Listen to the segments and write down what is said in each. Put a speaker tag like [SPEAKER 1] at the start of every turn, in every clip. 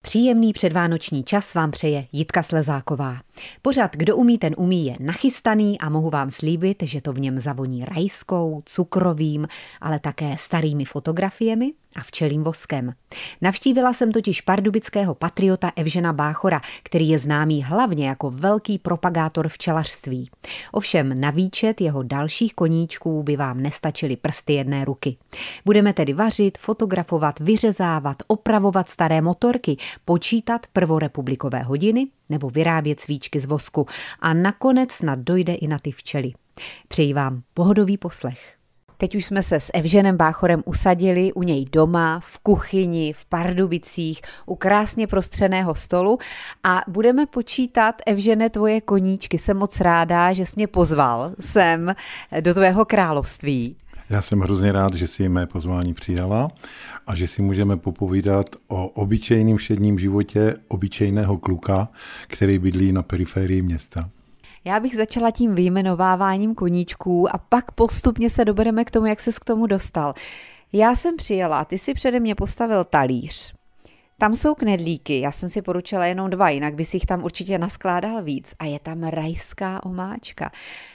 [SPEAKER 1] Příjemný předvánoční čas vám přeje Jitka Slezáková. Pořad Kdo umí, ten umí je nachystaný a mohu vám slíbit, že to v něm zavoní rajskou, cukrovým, ale také starými fotografiemi a včelím voskem. Navštívila jsem totiž pardubického patriota Evžena Báchora, který je známý hlavně jako velký propagátor včelařství. Ovšem na výčet jeho dalších koníčků by vám nestačily prsty jedné ruky. Budeme tedy vařit, fotografovat, vyřezávat, opravovat staré motorky, počítat prvorepublikové hodiny nebo vyrábět svíčky z vosku a nakonec snad dojde i na ty včely. Přeji vám pohodový poslech. Teď už jsme se s Evženem Báchorem usadili u něj doma, v kuchyni, v Pardubicích, u krásně prostřeného stolu a budeme počítat, Evžene, tvoje koníčky. Jsem moc ráda, že jsi mě pozval sem do tvého království.
[SPEAKER 2] Já jsem hrozně rád, že jsi mé pozvání přijala a že si můžeme popovídat o obyčejném všedním životě obyčejného kluka, který bydlí na periferii města.
[SPEAKER 1] Já bych začala tím vyjmenováváním koníčků a pak postupně se dobereme k tomu, jak ses k tomu dostal. Já jsem přijela, ty si přede mě postavil talíř. Tam jsou knedlíky, já jsem si poručila jenom 2, jinak by si jich tam určitě naskládal víc. A je tam rajská omáčka.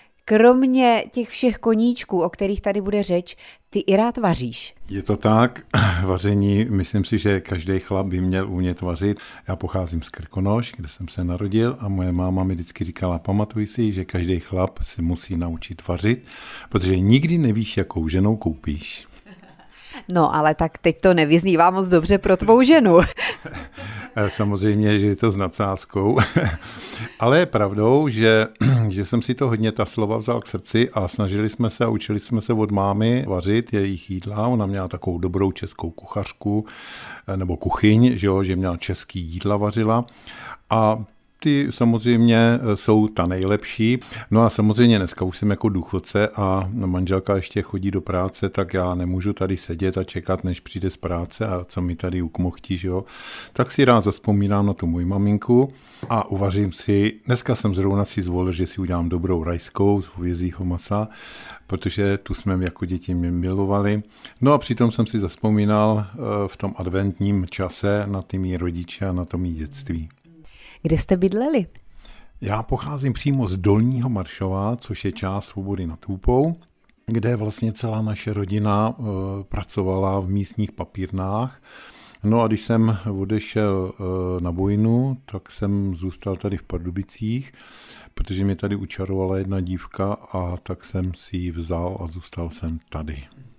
[SPEAKER 1] Kromě těch všech koníčků, o kterých tady bude řeč, ty i rád vaříš.
[SPEAKER 2] Je to tak, vaření, myslím si, že každý chlap by měl umět vařit. Já pocházím z Krkonoš, kde jsem se narodil a moje máma mi vždycky říkala, pamatuj si, že každý chlap se musí naučit vařit, protože nikdy nevíš, jakou ženou koupíš.
[SPEAKER 1] No, ale tak teď to nevyznívá moc dobře pro tvou ženu.
[SPEAKER 2] Samozřejmě, že je to s nadsázkou, ale je pravdou, že jsem si to hodně ta slova vzal k srdci a snažili jsme se a učili jsme se od mámy vařit jejich jídla. Ona měla takovou dobrou českou kuchařku nebo kuchyň, že měla český jídla vařila a ty samozřejmě jsou ta nejlepší. No a samozřejmě dneska už jsem jako důchodce a manželka ještě chodí do práce, tak já nemůžu tady sedět a čekat, než přijde z práce a co mi tady ukmochtí, že jo. Tak si rád zavzpomínám na tu moji maminku a uvařím si, dneska jsem zrovna si zvolil, že si udělám dobrou rajskou z hovězího masa, protože tu jsme jako děti milovali. No a přitom jsem si zavzpomínal v tom adventním čase na ty mý rodiče a na to mý dětství.
[SPEAKER 1] Kde jste bydleli?
[SPEAKER 2] Já pocházím přímo z Dolního Maršova, což je část Svobody nad Úpou, kde vlastně celá naše rodina pracovala v místních papírnách. No a když jsem odešel na vojnu, tak jsem zůstal tady v Pardubicích, protože mě tady učarovala jedna dívka a tak jsem si ji vzal a zůstal jsem tady.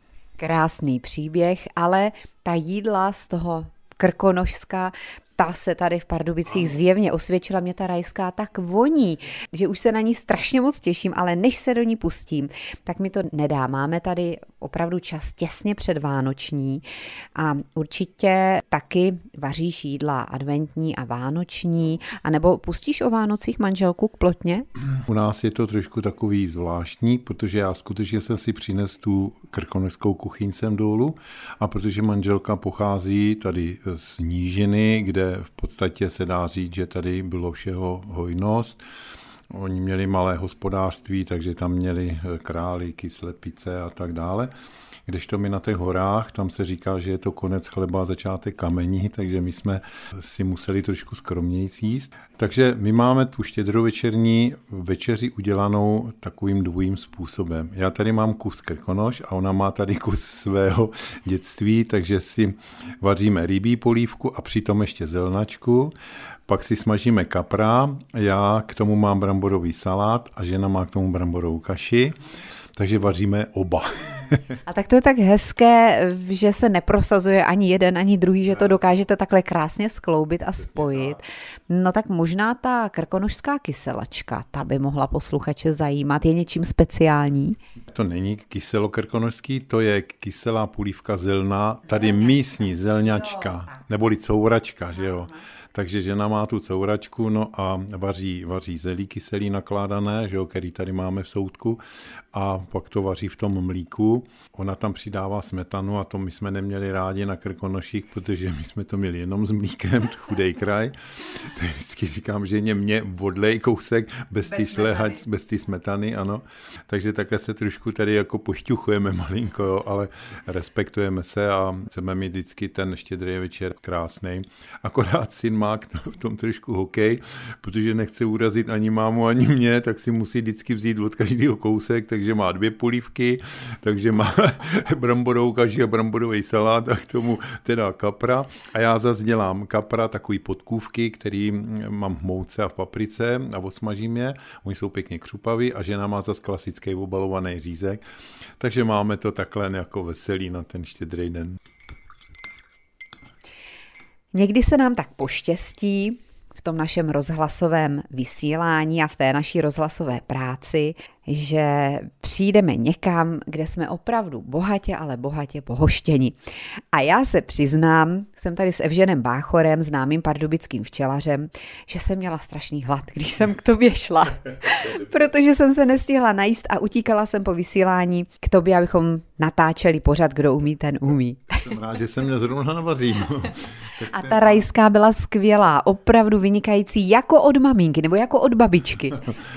[SPEAKER 1] Krásný příběh, ale ta jídla z toho Krkonošska, ta se tady v Pardubicích zjevně osvědčila, mě ta rajská tak voní, že už se na ní strašně moc těším, ale než se do ní pustím, tak mi to nedá. Máme tady opravdu čas těsně předvánoční a určitě taky vaříš jídla adventní a vánoční, anebo pustíš o Vánocích manželku k plotně?
[SPEAKER 2] U nás je to trošku takový zvláštní, protože já skutečně jsem si přinesl tu krkonošskou kuchyň sem dolů a protože manželka pochází tady z nížiny, kde v podstatě se dá říct, že tady bylo všeho hojnost. Oni měli malé hospodářství, takže tam měli králíky, slepice a tak dále. Kdežto my na těch horách, tam se říká, že je to konec chleba a začátek kamení, takže my jsme si museli trošku skromněji jíst. Takže my máme tu štědrovečerní večeři udělanou takovým dvojím způsobem. Já tady mám kus Krkonoš a ona má tady kus svého dětství, takže si vaříme rybí polívku a přitom ještě zelnačku. Pak si smažíme kapra, já k tomu mám bramborový salát a žena má k tomu bramborovou kaši, takže vaříme oba.
[SPEAKER 1] A tak to je tak hezké, že se neprosazuje ani jeden, ani druhý, že to dokážete takhle krásně skloubit a spojit. No tak možná ta krkonošská kyselačka, ta by mohla posluchače zajímat. Je něčím speciální?
[SPEAKER 2] To není kyselo-krkonošský, to je kyselá polívka zelná, tady místní zelňačka, neboli couračka, že jo. Takže žena má tu couračku, no a vaří zelí kyselý nakládané, že jo, který tady máme v soudku, a pak to vaří v tom mlíku. Ona tam přidává smetanu a to my jsme neměli rádi na Krkonoších, protože my jsme to měli jenom s mlíkem, chudej kraj. Tak vždycky říkám, že mě odlej kousek bez té smetany, ano. Takže takhle se trošku tady jako pošťuchujeme malinko, jo, ale respektujeme se a chceme mít vždycky ten štědrý večer krásnej. Akorát syn má v tom trošku hokej, protože nechce urazit ani mámu, ani mě, tak si musí vždycky vzít od každého kousek, takže má 2 polívky, takže má bramborovou kaši a bramborový salát a k tomu teda kapra. A já zase dělám kapra, takový podkůvky, který mám v mouce a v paprice a osmažím je. Oni jsou pěkně křupaví a žena má zase klasický obalovaný řízek. Takže máme to takhle jako veselý na ten štědrý den.
[SPEAKER 1] Někdy se nám tak poštěstí v tom našem rozhlasovém vysílání a v té naší rozhlasové práci, že přijdeme někam, kde jsme opravdu ale bohatě pohoštěni. A já se přiznám, jsem tady s Evženem Báchorem, známým pardubickým včelařem, že jsem měla strašný hlad, když jsem k tobě šla, protože jsem se nestihla najíst a utíkala jsem po vysílání k tobě, abychom natáčeli pořad Kdo umí, ten umí.
[SPEAKER 2] Jsem rád, že jsem měl zrovna navařím.
[SPEAKER 1] A ta rajská byla skvělá, opravdu vynikající, jako od maminky nebo jako od babičky.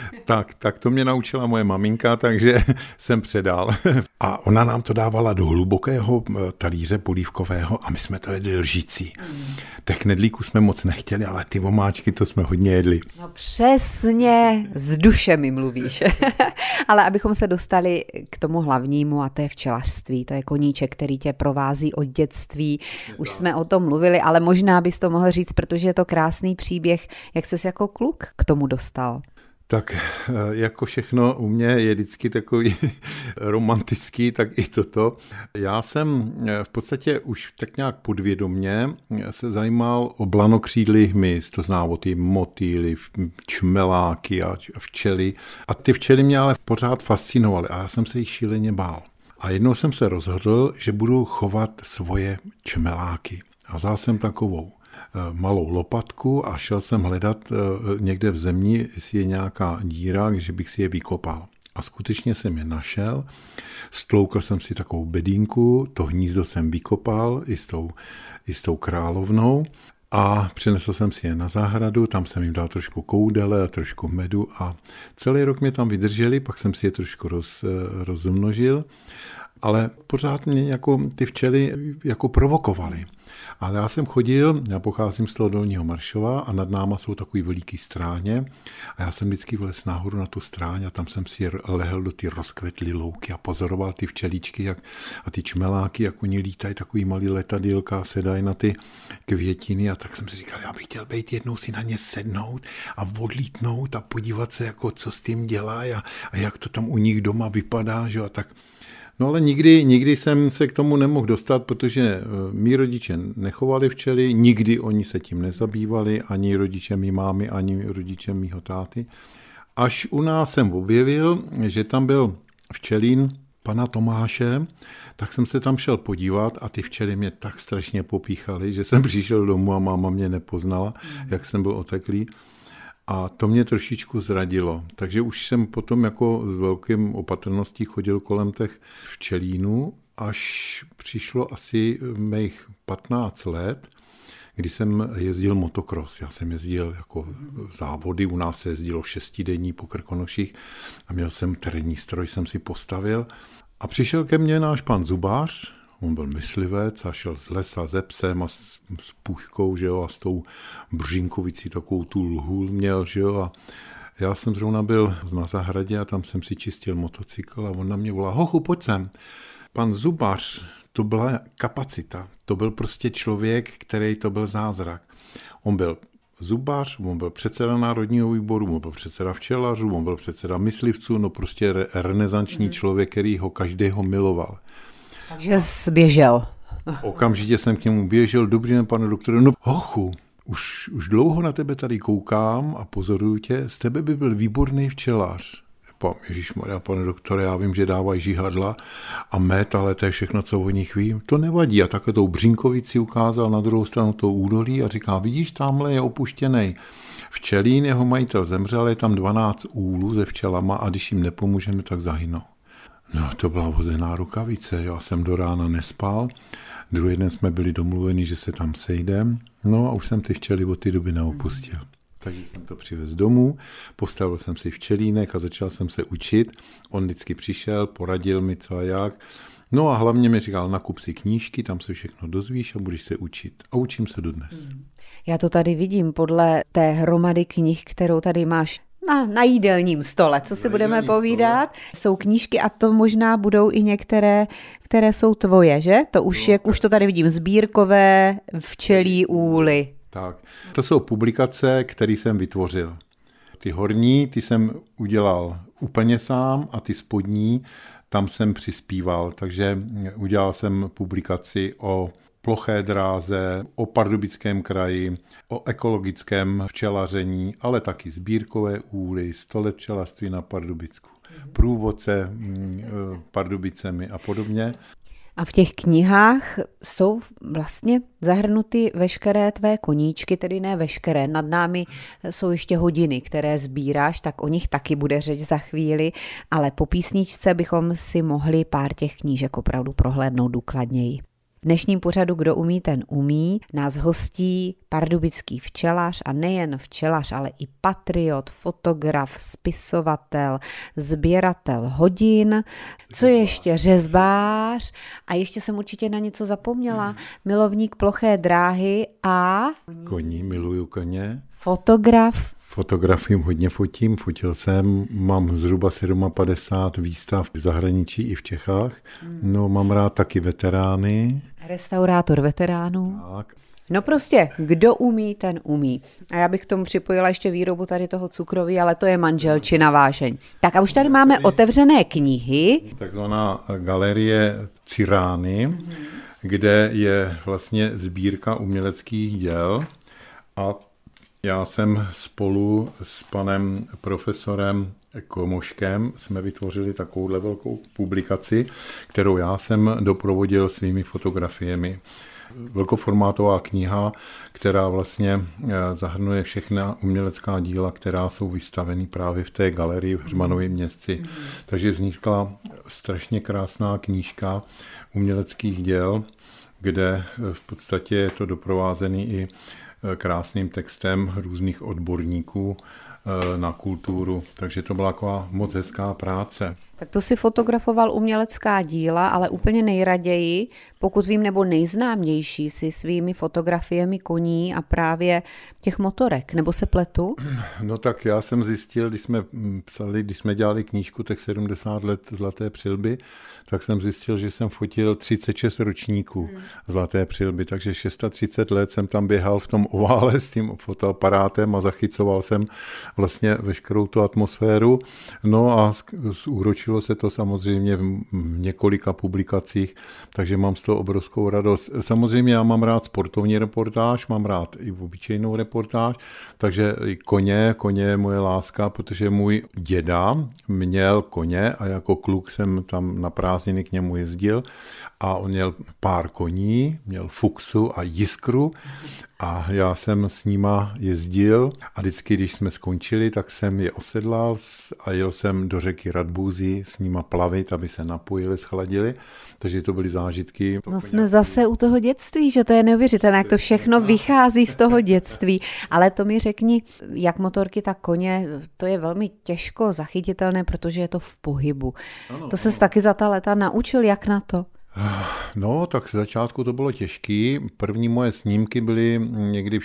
[SPEAKER 2] Tak to mě naučila moje maminka, takže jsem předal. A ona nám to dávala do hlubokého talíře polívkového a my jsme to jedli lžící. Těch knedlíků jsme moc nechtěli, ale ty omáčky to jsme hodně jedli.
[SPEAKER 1] No přesně, z duše mi mluvíš. Ale abychom se dostali k tomu hlavnímu, a to je včelařství, to je koníček, který tě provází od dětství. Už jsme o tom mluvili, ale možná bys to mohl říct, protože je to krásný příběh, jak ses jako kluk k tomu dostal.
[SPEAKER 2] Tak jako všechno u mě je vždycky takový romantický, tak i toto. Já jsem v podstatě už tak nějak podvědomně se zajímal o blanokřídlý hmyz, to znamená o ty motýly, čmeláky a včely. A ty včely mě ale pořád fascinovaly a já jsem se jich šíleně bál. A jednou jsem se rozhodl, že budu chovat svoje čmeláky. A vzal jsem takovou malou lopatku a šel jsem hledat někde v zemi, jestli je nějaká díra, že bych si je vykopal. A skutečně jsem je našel, stloukl jsem si takovou bedínku, to hnízdo jsem vykopal i s tou královnou a přinesl jsem si je na zahradu, tam jsem jim dal trošku koudele a trošku medu a celý rok mě tam vydrželi, pak jsem si je trošku rozmnožil, ale pořád mě jako ty včely jako provokovaly. Ale já pocházím z toho Dolního Maršova a nad náma jsou takový veliký stráně a já jsem vždycky vylez nahoru na tu stráň a tam jsem si lehl do ty rozkvetlý louky a pozoroval ty včeličky a ty čmeláky, jak oni lítají takový malý letadýlka, sedají na ty květiny a tak jsem si říkal, já bych chtěl být jednou si na ně sednout a odlítnout a podívat se, jako, co s tím dělá a jak to tam u nich doma vypadá, že a tak. No ale nikdy jsem se k tomu nemohl dostat, protože mí rodiče nechovali včely, nikdy oni se tím nezabývali, ani rodiče mý mámy, ani rodiče mýho táty. Až u nás jsem objevil, že tam byl včelín pana Tomáše, tak jsem se tam šel podívat a ty včely mě tak strašně popíchaly, že jsem přišel domů a máma mě nepoznala, jak jsem byl oteklý. A to mě trošičku zradilo. Takže už jsem potom jako s velkým opatrností chodil kolem těch včelínů, až přišlo asi mých 15 let, kdy jsem jezdil motocross. Já jsem jezdil jako závody, u nás se jezdilo 6denní po Krkonoších a měl jsem terénní stroj, jsem si postavil. A přišel ke mně náš pan zubář, on byl myslivec a šel z lesa ze psem a s puškou, že jo, a s tou břínkovicí takovou tu lhůl měl, že jo, a já jsem zrovna byl na zahradě a tam jsem si čistil motocykl a on na mě volá, hochu, pojď sem. Pan zubař, to byla kapacita, to byl prostě člověk, který to byl zázrak. On byl zubař, on byl předseda Národního výboru, on byl předseda včelařů, on byl předseda myslivců, no prostě renesanční člověk, který ho každého miloval.
[SPEAKER 1] Takže jsi běžel.
[SPEAKER 2] Okamžitě jsem k němu běžel, dobrý den, pane doktore, no hochu, už dlouho na tebe tady koukám a pozoruju tě, z tebe by byl výborný včelař. Ježišmarja, pane doktore, já vím, že dávají žihadla a med, ale to je všechno, co o nich vím. To nevadí. A takhle tou Břínkovici ukázal na druhou stranu toho údolí a říká, vidíš, tamhle je opuštěnej včelín, jeho majitel zemřel, je tam 12 úlů se včelama a když jim nepomůžeme, tak zahynou. No, to byla vozená rukavice, já jsem do rána nespal. Druhý den jsme byli domluveni, že se tam sejdem. No a už jsem ty včely od té doby neopustil. Takže jsem to přivez domů, postavil jsem si včelínek a začal jsem se učit. On vždycky přišel, poradil mi co a jak. No a hlavně mi říkal, nakup si knížky, tam se všechno dozvíš a budeš se učit. A učím se dodnes.
[SPEAKER 1] Já to tady vidím podle té hromady knih, kterou tady máš na jídelním stole, co si budeme povídat. Jsou knížky a to možná budou i některé, které jsou tvoje, že? To už to tady vidím, sbírkové včelí úly.
[SPEAKER 2] Tak, to jsou publikace, které jsem vytvořil. Ty horní, ty jsem udělal úplně sám a ty spodní, tam jsem přispíval. Takže udělal jsem publikaci o ploché dráze, o Pardubickém kraji, o ekologickém včelaření, ale taky sbírkové úly, 100 let včelařství na Pardubicku, průvodce Pardubicemi a podobně.
[SPEAKER 1] A v těch knihách jsou vlastně zahrnuty veškeré tvé koníčky, tedy ne veškeré. Nad námi jsou ještě hodiny, které sbíráš, tak o nich taky bude řeč za chvíli, ale po písničce bychom si mohli pár těch knížek opravdu prohlédnout důkladněji. V dnešním pořadu Kdo umí, ten umí nás hostí pardubický včelař a nejen včelař, ale i patriot, fotograf, spisovatel, sběratel hodin, co ještě řezbář a ještě jsem určitě na něco zapomněla, milovník ploché dráhy a...
[SPEAKER 2] Koní, miluju koně.
[SPEAKER 1] Fotograf.
[SPEAKER 2] Fotografím hodně fotím, fotil jsem, mám zhruba 57 výstav v zahraničí i v Čechách. No, mám rád taky veterány.
[SPEAKER 1] Restaurátor veteránů.
[SPEAKER 2] Tak.
[SPEAKER 1] No prostě, kdo umí, ten umí. A já bych k tomu připojila ještě výrobu tady toho cukroví, ale to je manželčina vášeň. Tak a už tady máme otevřené knihy.
[SPEAKER 2] Takzvaná galerie Cirány, kde je vlastně sbírka uměleckých děl a já jsem spolu s panem profesorem Komoškem jsme vytvořili takovouhle velkou publikaci, kterou já jsem doprovodil svými fotografiemi. Velkoformátová kniha, která vlastně zahrnuje všechna umělecká díla, která jsou vystaveny právě v té galerii v Hřmanově Městci. Takže vznikla strašně krásná knížka uměleckých děl, kde v podstatě je to doprovázený i krásným textem různých odborníků na kulturu, takže to byla taková moc hezká práce.
[SPEAKER 1] Tak to si fotografoval umělecká díla, ale úplně nejraději, pokud vím, nebo nejznámější si svými fotografiemi koní a právě těch motorek, nebo se pletu?
[SPEAKER 2] No tak já jsem zjistil, když jsme dělali knížku těch 70 let Zlaté přilby, tak jsem zjistil, že jsem fotil 36 ročníků Zlaté přilby, takže 630 let jsem tam běhal v tom ovále s tím fotoaparátem a zachycoval jsem vlastně veškerou tu atmosféru. No a zúročilo se to samozřejmě v několika publikacích, takže mám z toho obrovskou radost. Samozřejmě já mám rád sportovní reportáž, mám rád i obyčejnou reportáž, takže i koně je moje láska, protože můj děda měl koně a jako kluk jsem tam na prázdniny k němu jezdil a on měl pár koní, měl Fuxu a Jiskru a já jsem s nima jezdil a vždycky, když jsme skončili, tak jsem je osedlal a jel jsem do řeky Radbůzy s nima plavit, aby se napojili, schladili, takže to byly zážitky.
[SPEAKER 1] No jsme zase u toho dětství, že to je neuvěřitelné, jak to všechno vychází z toho dětství, ale to mi řekni, jak motorky, tak koně, to je velmi těžko zachytitelné, protože je to v pohybu. To ses taky za ta léta naučil, jak na to?
[SPEAKER 2] No, tak z začátku to bylo těžké. První moje snímky byly někdy v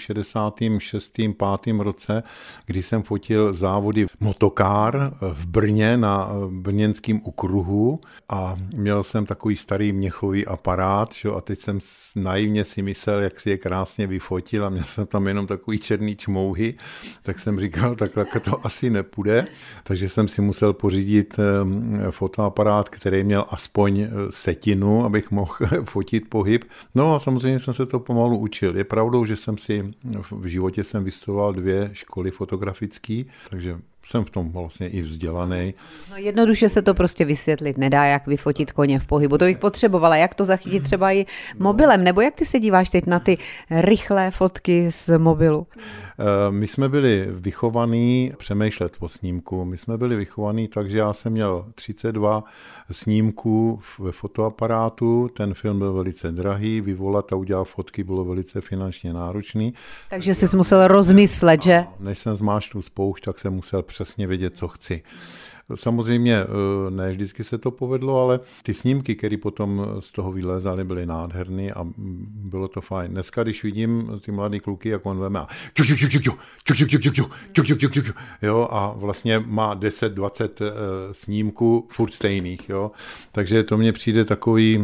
[SPEAKER 2] 66. 5. roce, kdy jsem fotil závody motokár v Brně na brněnském okruhu a měl jsem takový starý měchový aparát, a teď jsem naivně si myslel, jak si je krásně vyfotil a měl jsem tam jenom takový černý čmouhy, tak jsem říkal, takhle to asi nepůjde, takže jsem si musel pořídit fotoaparát, který měl aspoň setinu, abych mohl fotit pohyb. No a samozřejmě jsem se to pomalu učil. Je pravdou, že jsem si v životě vystudoval 2 školy fotografické, takže jsem v tom vlastně i vzdělaný.
[SPEAKER 1] No jednoduše se to prostě vysvětlit nedá, jak vyfotit koně v pohybu. To bych potřebovala, jak to zachytit třeba i mobilem, nebo jak ty se díváš teď na ty rychlé fotky z mobilu?
[SPEAKER 2] My jsme byli vychovaní přemýšlet po snímku. My jsme byli vychovaní tak, že já jsem měl 32 snímků ve fotoaparátu. Ten film byl velice drahý, vyvolat a udělat fotky bylo velice finančně náročný.
[SPEAKER 1] Takže jsi musel rozmyslet, že?
[SPEAKER 2] Než jsem zmáčknul spoušť, tak jsem musel přesně vědět, co chci. Samozřejmě ne vždycky se to povedlo, ale ty snímky, které potom z toho vylézaly, byly nádherný a bylo to fajn. Dneska, když vidím ty mladý kluky, jak on veme a jo, a vlastně má 10-20 snímků furt stejných, jo. Takže to mně přijde takový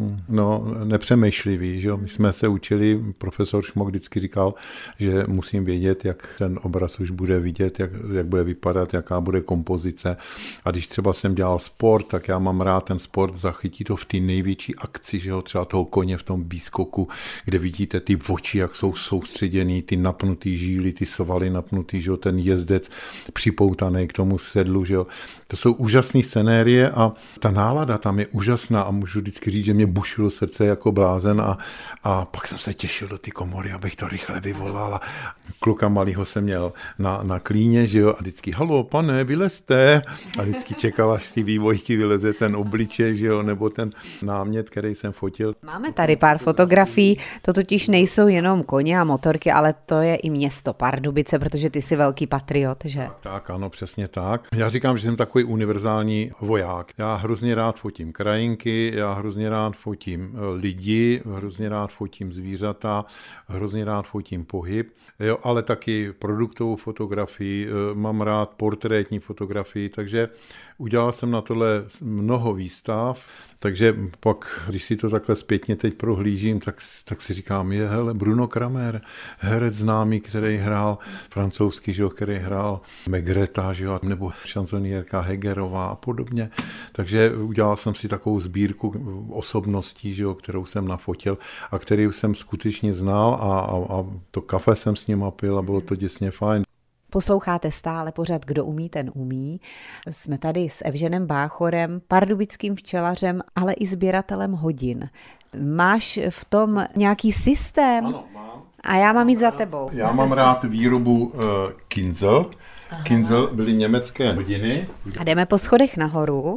[SPEAKER 2] nepřemýšlivý, že jo. My jsme se učili, profesor Šmok vždycky říkal, že musím vědět, jak ten obraz už bude vidět, jak bude vypadat, jaká bude kompozice. A když třeba jsem dělal sport, tak já mám rád ten sport, zachytí to v té největší akci, že jo, třeba toho koně v tom výskoku, kde vidíte ty oči, jak jsou soustředěný, ty napnutý žíly, ty svaly napnutý, že jo, ten jezdec připoutaný k tomu sedlu, že jo. To jsou úžasné scenérie a ta nálada tam je úžasná a můžu vždycky říct, že mě bušilo srdce jako blázen a pak jsem se těšil do ty komory, abych to rychle vyvolal a kluka malýho jsem měl na klíně, že jo, a vždycky, halo, pane, vylezte. A vždycky čekal, až z té vývojky vyleze ten obličej, že jo, nebo ten námět, který jsem fotil.
[SPEAKER 1] Máme tady pár fotografií, to totiž nejsou jenom koně a motorky, ale to je i město Pardubice, protože ty jsi velký patriot, že?
[SPEAKER 2] Tak, ano, přesně tak. Já říkám, že jsem takový univerzální voják. Já hrozně rád fotím krajinky, já hrozně rád fotím lidi, hrozně rád fotím zvířata, hrozně rád fotím pohyb, jo, ale taky produktovou fotografii, mám rád portrétní fotografii, takže udělal jsem na tohle mnoho výstav, takže pak, když si to takhle zpětně teď prohlížím, tak si říkám, hele, Bruno Kramer, herec známý, který hrál francouzský, že jo, který hrál Megreta, že jo, nebo šanzonierka Hegerová a podobně. Takže udělal jsem si takovou sbírku osobností, že jo, kterou jsem nafotil a který jsem skutečně znal a to kafe jsem s ním pil a bylo to děsně fajn.
[SPEAKER 1] Posloucháte stále pořad Kdo umí, ten umí. Jsme tady s Evženem Báchorem, pardubickým včelařem, ale i sběratelem hodin. Máš v tom nějaký systém?
[SPEAKER 2] Ano, mám.
[SPEAKER 1] A já mám jít za tebou.
[SPEAKER 2] Já mám rád výrobu Kinzel. Aha. Kinzel byly německé hodiny.
[SPEAKER 1] A jdeme po schodech nahoru.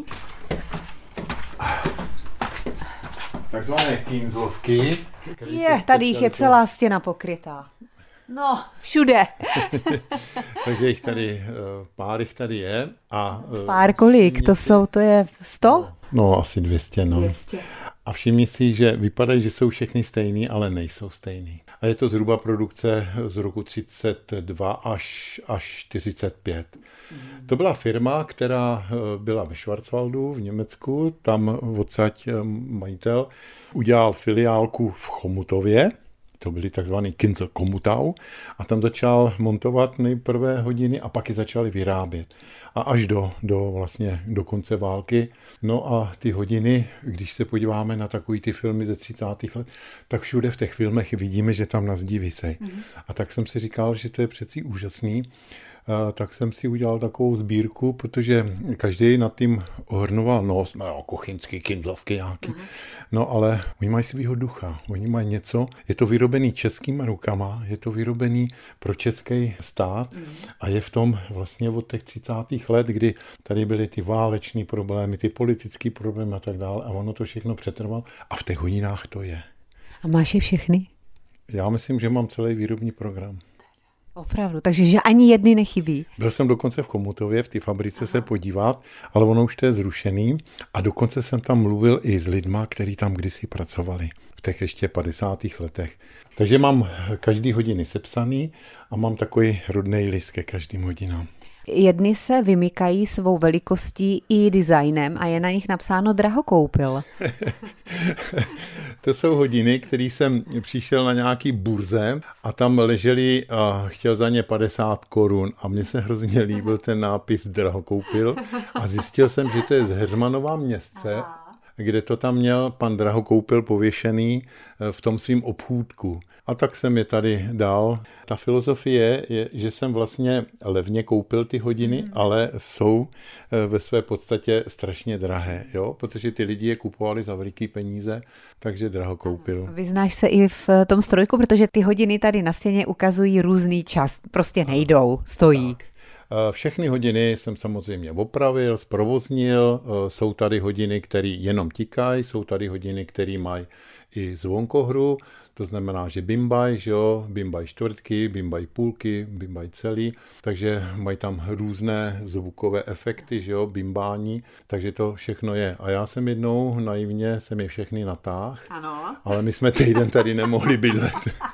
[SPEAKER 2] Takzvané Kinzelovky.
[SPEAKER 1] Tady jich je celá stěna pokrytá. No, všude.
[SPEAKER 2] Takže jich tady, pár jich tady je.
[SPEAKER 1] Pár kolik? To je 100?
[SPEAKER 2] No, asi 200, no.
[SPEAKER 1] 200.
[SPEAKER 2] A všimni si, že vypadají, že jsou všechny stejný, ale nejsou stejný. A je to zhruba produkce z roku 32 až 45. To byla firma, která byla ve Schwarzwaldu v Německu. Tam odsaď majitel udělal filiálku v Chomutově. To byly takzvaný Kinzel Komutau a tam začal montovat nejprve hodiny a pak je začali vyrábět. A až do konce války. No a ty hodiny, když se podíváme na takový ty filmy ze 30. let, tak všude v těch filmech vidíme, že tam na zdi visej. A tak jsem si říkal, že to je přeci úžasný. Tak jsem si udělal takovou sbírku, protože každý nad tím ohrnoval nos, kuchyňský kindlovky nějaký. No ale oni mají svýho ducha, oni mají něco, je to vyrobený českýma rukama, je to vyrobený pro český stát a je v tom vlastně od těch 30. let, kdy tady byly ty váleční problémy, ty politické problémy a tak dále a ono to všechno přetrvalo a v těch hodinách to je.
[SPEAKER 1] A máš je všechny?
[SPEAKER 2] Já myslím, že mám celý výrobní program.
[SPEAKER 1] Opravdu, takže že ani jedny nechybí.
[SPEAKER 2] Byl jsem dokonce v Chomutově, v té fabrice se podívat, ale ono už to je zrušený a dokonce jsem tam mluvil i s lidma, kteří tam kdysi pracovali v těch ještě 50. letech. Takže mám každý hodiny sepsaný a mám takový rodnej list ke každým hodinám.
[SPEAKER 1] Jedny se vymykají svou velikostí i designem a je na nich napsáno drahokoupil.
[SPEAKER 2] To jsou hodiny, které jsem přišel na nějaký burze a tam leželi a chtěl za ně 50 korun a mně se hrozně líbil ten nápis drahokoupil a zjistil jsem, že to je z Heřmanova Městce kde to tam měl pan Drahokoupil pověšený v tom svým obchůdku. A tak jsem je tady dal. Ta filozofie je, že jsem vlastně levně koupil ty hodiny, ale jsou ve své podstatě strašně drahé, jo? Protože ty lidi je kupovali za veliký peníze, takže Drahokoupil.
[SPEAKER 1] Vyznáš se i v tom strojku, protože ty hodiny tady na stěně ukazují různý čas. Prostě nejdou, stojí.
[SPEAKER 2] Tak. Všechny hodiny jsem samozřejmě opravil, zprovoznil, jsou tady hodiny, které jenom tikají, jsou tady hodiny, které mají i zvonkohru, to znamená, že bimbaj, že jo, bimbaj čtvrtky, bimbaj půlky, bimbaj celý, takže mají tam různé zvukové efekty, že jo, bimbání, takže to všechno je. A já jsem jednou naivně jsem je všechny natáhl, ale my jsme týden tady nemohli bydlet.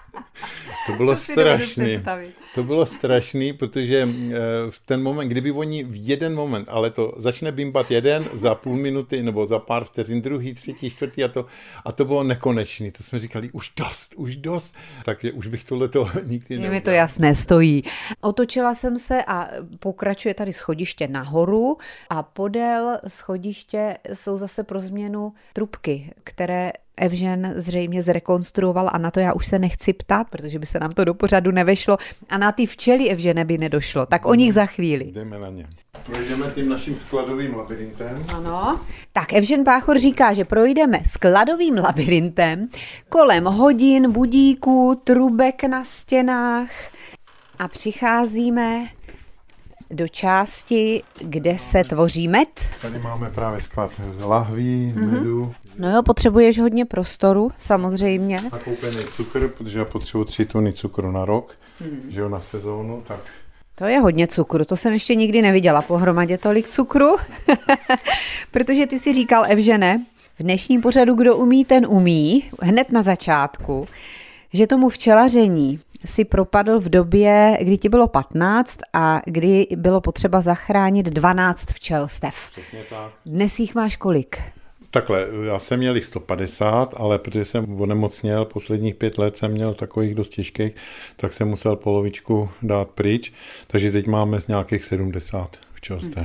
[SPEAKER 2] To bylo strašný. To bylo strašný, protože v ten moment, kdyby oni v jeden moment, ale to začne bimbat jeden za půl minuty nebo za pár vteřin, druhý, třetí, čtvrtý a to bylo nekonečný. To jsme říkali, už dost. Takže už bych tohleto nikdy neudělal.
[SPEAKER 1] Je mi to jasné, stojí. Otočila jsem se a pokračuje tady schodiště nahoru a podél schodiště jsou zase pro změnu trubky, které Evžen zřejmě zrekonstruoval a na to já už se nechci ptát, protože by se nám to do pořadu nevešlo a na ty včely Evžene by nedošlo. Tak o nich za chvíli.
[SPEAKER 2] Jdeme na ně. Projdeme tím naším skladovým labirintem.
[SPEAKER 1] Ano. Tak Evžen Báchor říká, že projdeme skladovým labirintem kolem hodin, budíků, trubek na stěnách a přicházíme do části, kde se tvoří med.
[SPEAKER 2] Tady máme právě sklad lahví, medu.
[SPEAKER 1] No jo, potřebuješ hodně prostoru, samozřejmě.
[SPEAKER 2] Nakoupený cukr, protože já potřebuji 3 tuny cukru na rok, že jo, na sezónu, tak...
[SPEAKER 1] To je hodně cukru, to jsem ještě nikdy neviděla pohromadě tolik cukru, protože ty si říkal, Evžene, v dnešním pořadu Kdo umí, ten umí, hned na začátku, že tomu včelaření si propadl v době, kdy ti bylo 15 a kdy bylo potřeba zachránit 12 včelstev.
[SPEAKER 2] Přesně tak.
[SPEAKER 1] Dnes jich máš kolik?
[SPEAKER 2] Takhle, já jsem měl 150, ale protože jsem onemocněl, posledních 5 let jsem měl takových dost těžkých, tak jsem musel polovičku dát pryč, takže teď máme z nějakých 70 včelstev.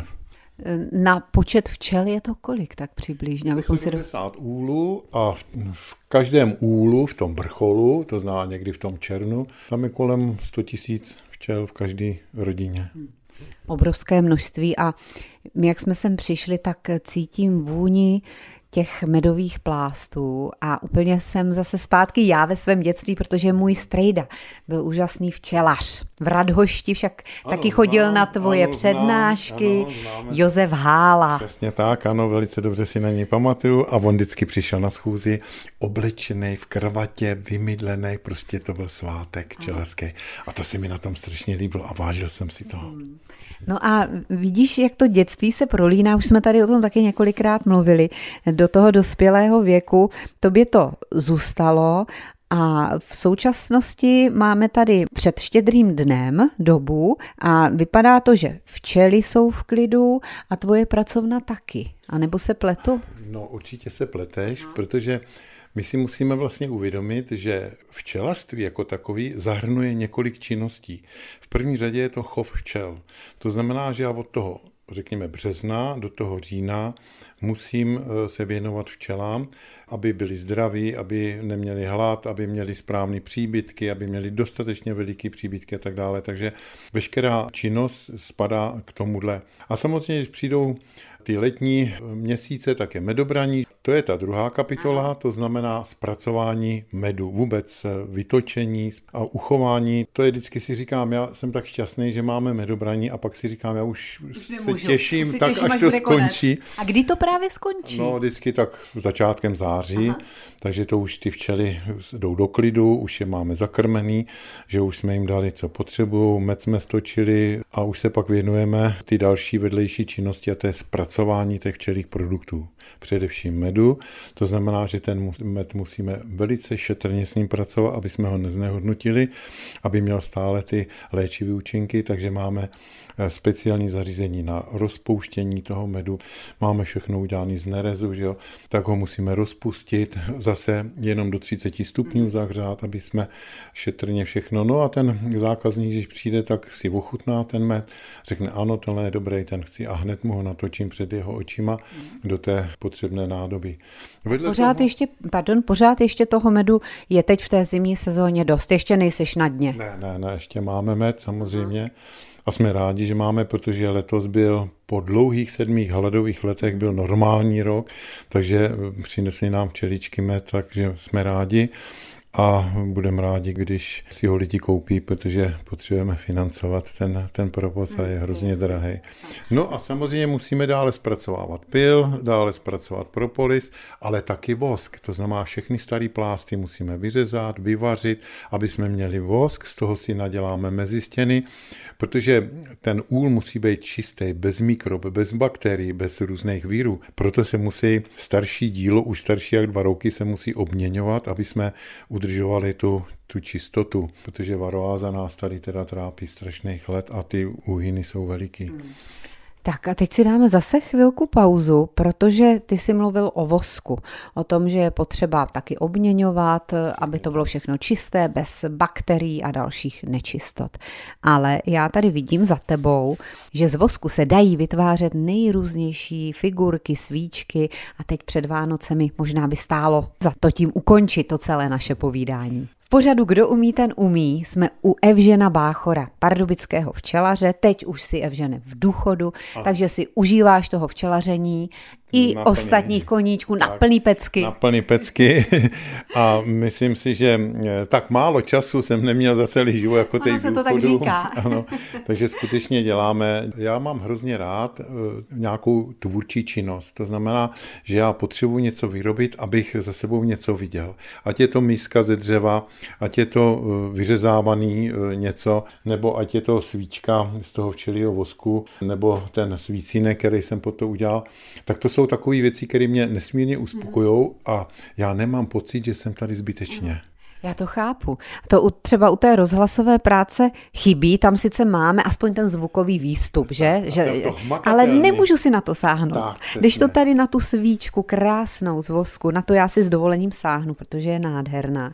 [SPEAKER 1] Na počet včel je to kolik tak přibližně?
[SPEAKER 2] 70 úlů a v každém úlu, v tom vrcholu, to znamená někdy v tom červnu, tam je kolem 100 000 včel v každé rodině.
[SPEAKER 1] Obrovské množství a my, jak jsme sem přišli, tak cítím vůni těch medových plástů a úplně jsem zase zpátky já ve svém dětství, protože můj strejda byl úžasný včelař. V Radhošti však taky chodil na tvoje přednášky. Josef Hála.
[SPEAKER 2] Přesně tak, ano, velice dobře si na něj pamatuju a on vždycky přišel na schůzi oblečený v kravatě, vymydlený, prostě to byl svátek včelařský. A to se mi na tom strašně líbilo a vážil jsem si toho.
[SPEAKER 1] No a vidíš, jak to dětství se prolíná, už jsme tady o tom taky několikrát mluvili, do toho dospělého věku, tobě to zůstalo a v současnosti máme tady před Štědrým dnem dobu a vypadá to, že včely jsou v klidu a tvoje pracovna taky, anebo se pletu?
[SPEAKER 2] No určitě se pleteš, protože my si musíme vlastně uvědomit, že včelařství jako takový zahrnuje několik činností. V první řadě je to chov včel. To znamená, že já od toho, řekněme, března do toho října musím se věnovat včelám, aby byli zdraví, aby neměli hlad, aby měli správné příbytky, aby měli dostatečně veliký příbytky a tak dále. Takže veškerá činnost spadá k tomuhle. A samozřejmě, když přijdou ty letní měsíce, tak je medobraní. To je ta druhá kapitola, to znamená zpracování medu, vůbec vytočení a uchování. To je vždycky si říkám, já jsem tak šťastný, že máme medobraní a pak si říkám, já už se těším, tak až to skončí.
[SPEAKER 1] A kdy to právě skončí?
[SPEAKER 2] No vždycky tak začátkem září, takže to už ty včely jdou do klidu, už je máme zakrmený, že už jsme jim dali, co potřebují, med jsme stočili a už se pak věnujeme ty další vedlejší činnosti a to je zpracování těch včelích produktů. Především medu, to znamená, že ten med musíme velice šetrně s ním pracovat, aby jsme ho neznehodnotili, aby měl stále ty léčivé účinky, takže máme speciální zařízení na rozpouštění toho medu, máme všechno udělané z nerezu, že jo? Tak ho musíme rozpustit, zase jenom do 30 stupňů zahřát, aby jsme šetrně všechno, no a ten zákazník, když přijde, tak si ochutná ten med, řekne ano, tenhle je dobrý, ten chci a hned mu ho natočím před jeho očima do té potřebné nádoby.
[SPEAKER 1] Pořád ještě toho medu je teď v té zimní sezóně dost, ještě nejseš na dně.
[SPEAKER 2] Ne, ještě máme med samozřejmě a jsme rádi, že máme, protože letos byl po dlouhých 7 hladových letech byl normální rok, takže přinesli nám včeličky med, takže jsme rádi. A budeme rádi, když si ho lidi koupí, protože potřebujeme financovat ten provoz a je hrozně drahý. No a samozřejmě musíme dále zpracovávat pyl, dále zpracovat propolis, ale taky vosk. To znamená, všechny staré plásty musíme vyřezat, vyvařit, aby jsme měli vosk, z toho si naděláme mezistěny, protože ten úl musí být čistý, bez mikrob, bez bakterií, bez různých vírů. Proto se musí starší dílo, už starší jak 2 roky, se musí obměňovat, aby jsme udržovali tu čistotu, protože varoáza nás tady teda trápí strašných let a ty úhyny jsou veliký.
[SPEAKER 1] Tak a teď si dáme zase chvilku pauzu, protože ty jsi mluvil o vosku, o tom, že je potřeba taky obměňovat, aby to bylo všechno čisté, bez bakterií a dalších nečistot. Ale já tady vidím za tebou, že z vosku se dají vytvářet nejrůznější figurky, svíčky a teď před Vánocemi možná by stálo za to tím ukončit to celé naše povídání. V pořadu Kdo umí, ten umí jsme u Evžena Báchora, pardubického včelaře, teď už si Evžene v důchodu, takže si užíváš toho včelaření i ostatních koníčků na plný pecky.
[SPEAKER 2] Na plný pecky a myslím si, že tak málo času jsem neměl za celý život jako teď v důchodu.
[SPEAKER 1] to tak říká.
[SPEAKER 2] Ano, takže skutečně děláme, já mám hrozně rád nějakou tvůrčí činnost, to znamená, že já potřebuji něco vyrobit, abych za sebou něco viděl. Ať je to miska ze dřeva, ať je to vyřezávaný něco, nebo ať je to svíčka z toho včelího vosku, nebo ten svícínek, který jsem pod to udělal, tak to jsou takové věci, které mě nesmírně uspokojou a já nemám pocit, že jsem tady zbytečně.
[SPEAKER 1] Já to chápu. To třeba u té rozhlasové práce chybí, tam sice máme aspoň ten zvukový výstup, že? Ale nemůžu si na to sáhnout. Když to tady na tu svíčku krásnou z vosku, na to já si s dovolením sáhnu, protože je nádherná.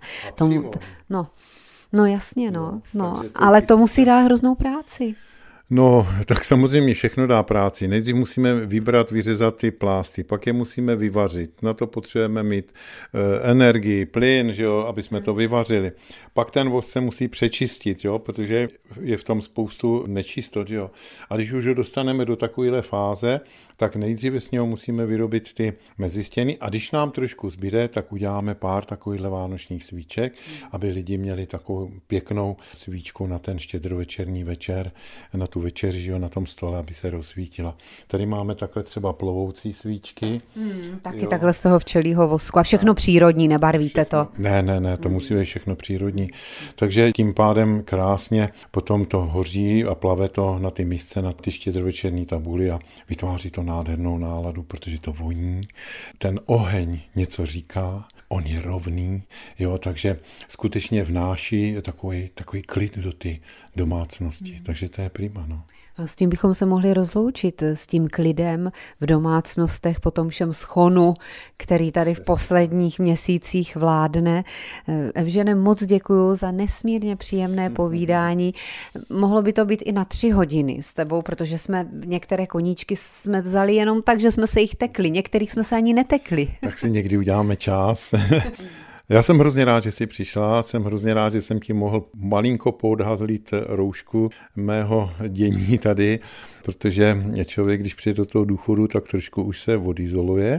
[SPEAKER 1] No jasně, ale to musí dát hroznou práci.
[SPEAKER 2] No, tak samozřejmě všechno dá práci. Nejdřív musíme vybrat, vyřezat ty plásty, pak je musíme vyvařit. Na to potřebujeme mít energii, plyn, že jo, aby jsme to vyvařili. Pak ten vosk se musí přečistit, jo, protože je v tom spoustu nečistot, že jo. A když už ho dostaneme do takovéhle fáze, tak nejdříve s něho musíme vyrobit ty mezistěny a když nám trošku zbyde, tak uděláme pár takovýchhle vánočních svíček, aby lidi měli takovou pěknou svíčku na ten štědrovečerní večer, na tu večeři, že jo, na tom stole, aby se rozsvítila. Tady máme takhle třeba plovoucí svíčky.
[SPEAKER 1] Taky takhle z toho včelího vosku a všechno přírodní, nebarvíte to?
[SPEAKER 2] Ne, to musí být všechno přírodní. Takže tím pádem krásně potom to hoří a plave to na ty misce, na ty štědrovečerní tabuly a vytváří to nádhernou náladu, protože to voní. Ten oheň něco říká, on je rovný, jo, takže skutečně vnáší takový klid do ty domácnosti. Takže to je prima, no.
[SPEAKER 1] S tím bychom se mohli rozloučit, s tím klidem v domácnostech po tom všem schonu, který tady v posledních měsících vládne. Evžene, moc děkuju za nesmírně příjemné povídání. Mohlo by to být i na 3 hodiny s tebou, protože jsme některé koníčky jsme vzali jenom tak, že jsme se jich tekli, některých jsme se ani netekli.
[SPEAKER 2] Tak si někdy uděláme čas. Já jsem hrozně rád, že jsi přišla, jsem hrozně rád, že jsem ti mohl malinko poodhalit roušku mého dění tady, protože člověk, když přijde do toho důchodu, tak trošku už se odizoluje,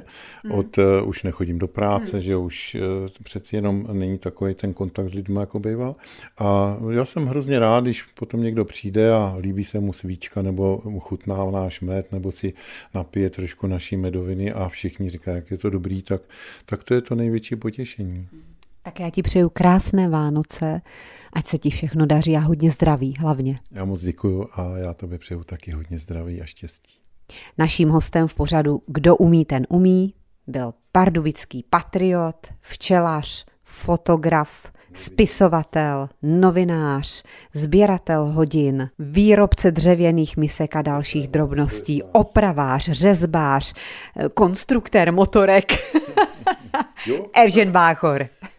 [SPEAKER 2] už nechodím do práce, že už přeci jenom není takový ten kontakt s lidmi, jako býval. A já jsem hrozně rád, když potom někdo přijde a líbí se mu svíčka, nebo mu chutná náš med, nebo si napije trošku naší medoviny a všichni říkají, jak je to dobrý, tak to je to největší potěšení.
[SPEAKER 1] Tak já ti přeju krásné Vánoce, ať se ti všechno daří a hodně zdraví hlavně.
[SPEAKER 2] Já moc děkuju a já tobě přeju taky hodně zdraví a štěstí.
[SPEAKER 1] Naším hostem v pořadu Kdo umí, ten umí byl pardubický patriot, včelař, fotograf, spisovatel, novinář, sběratel hodin, výrobce dřevěných misek a dalších drobností, opravář, řezbář, konstruktér motorek. Evžen Báchor.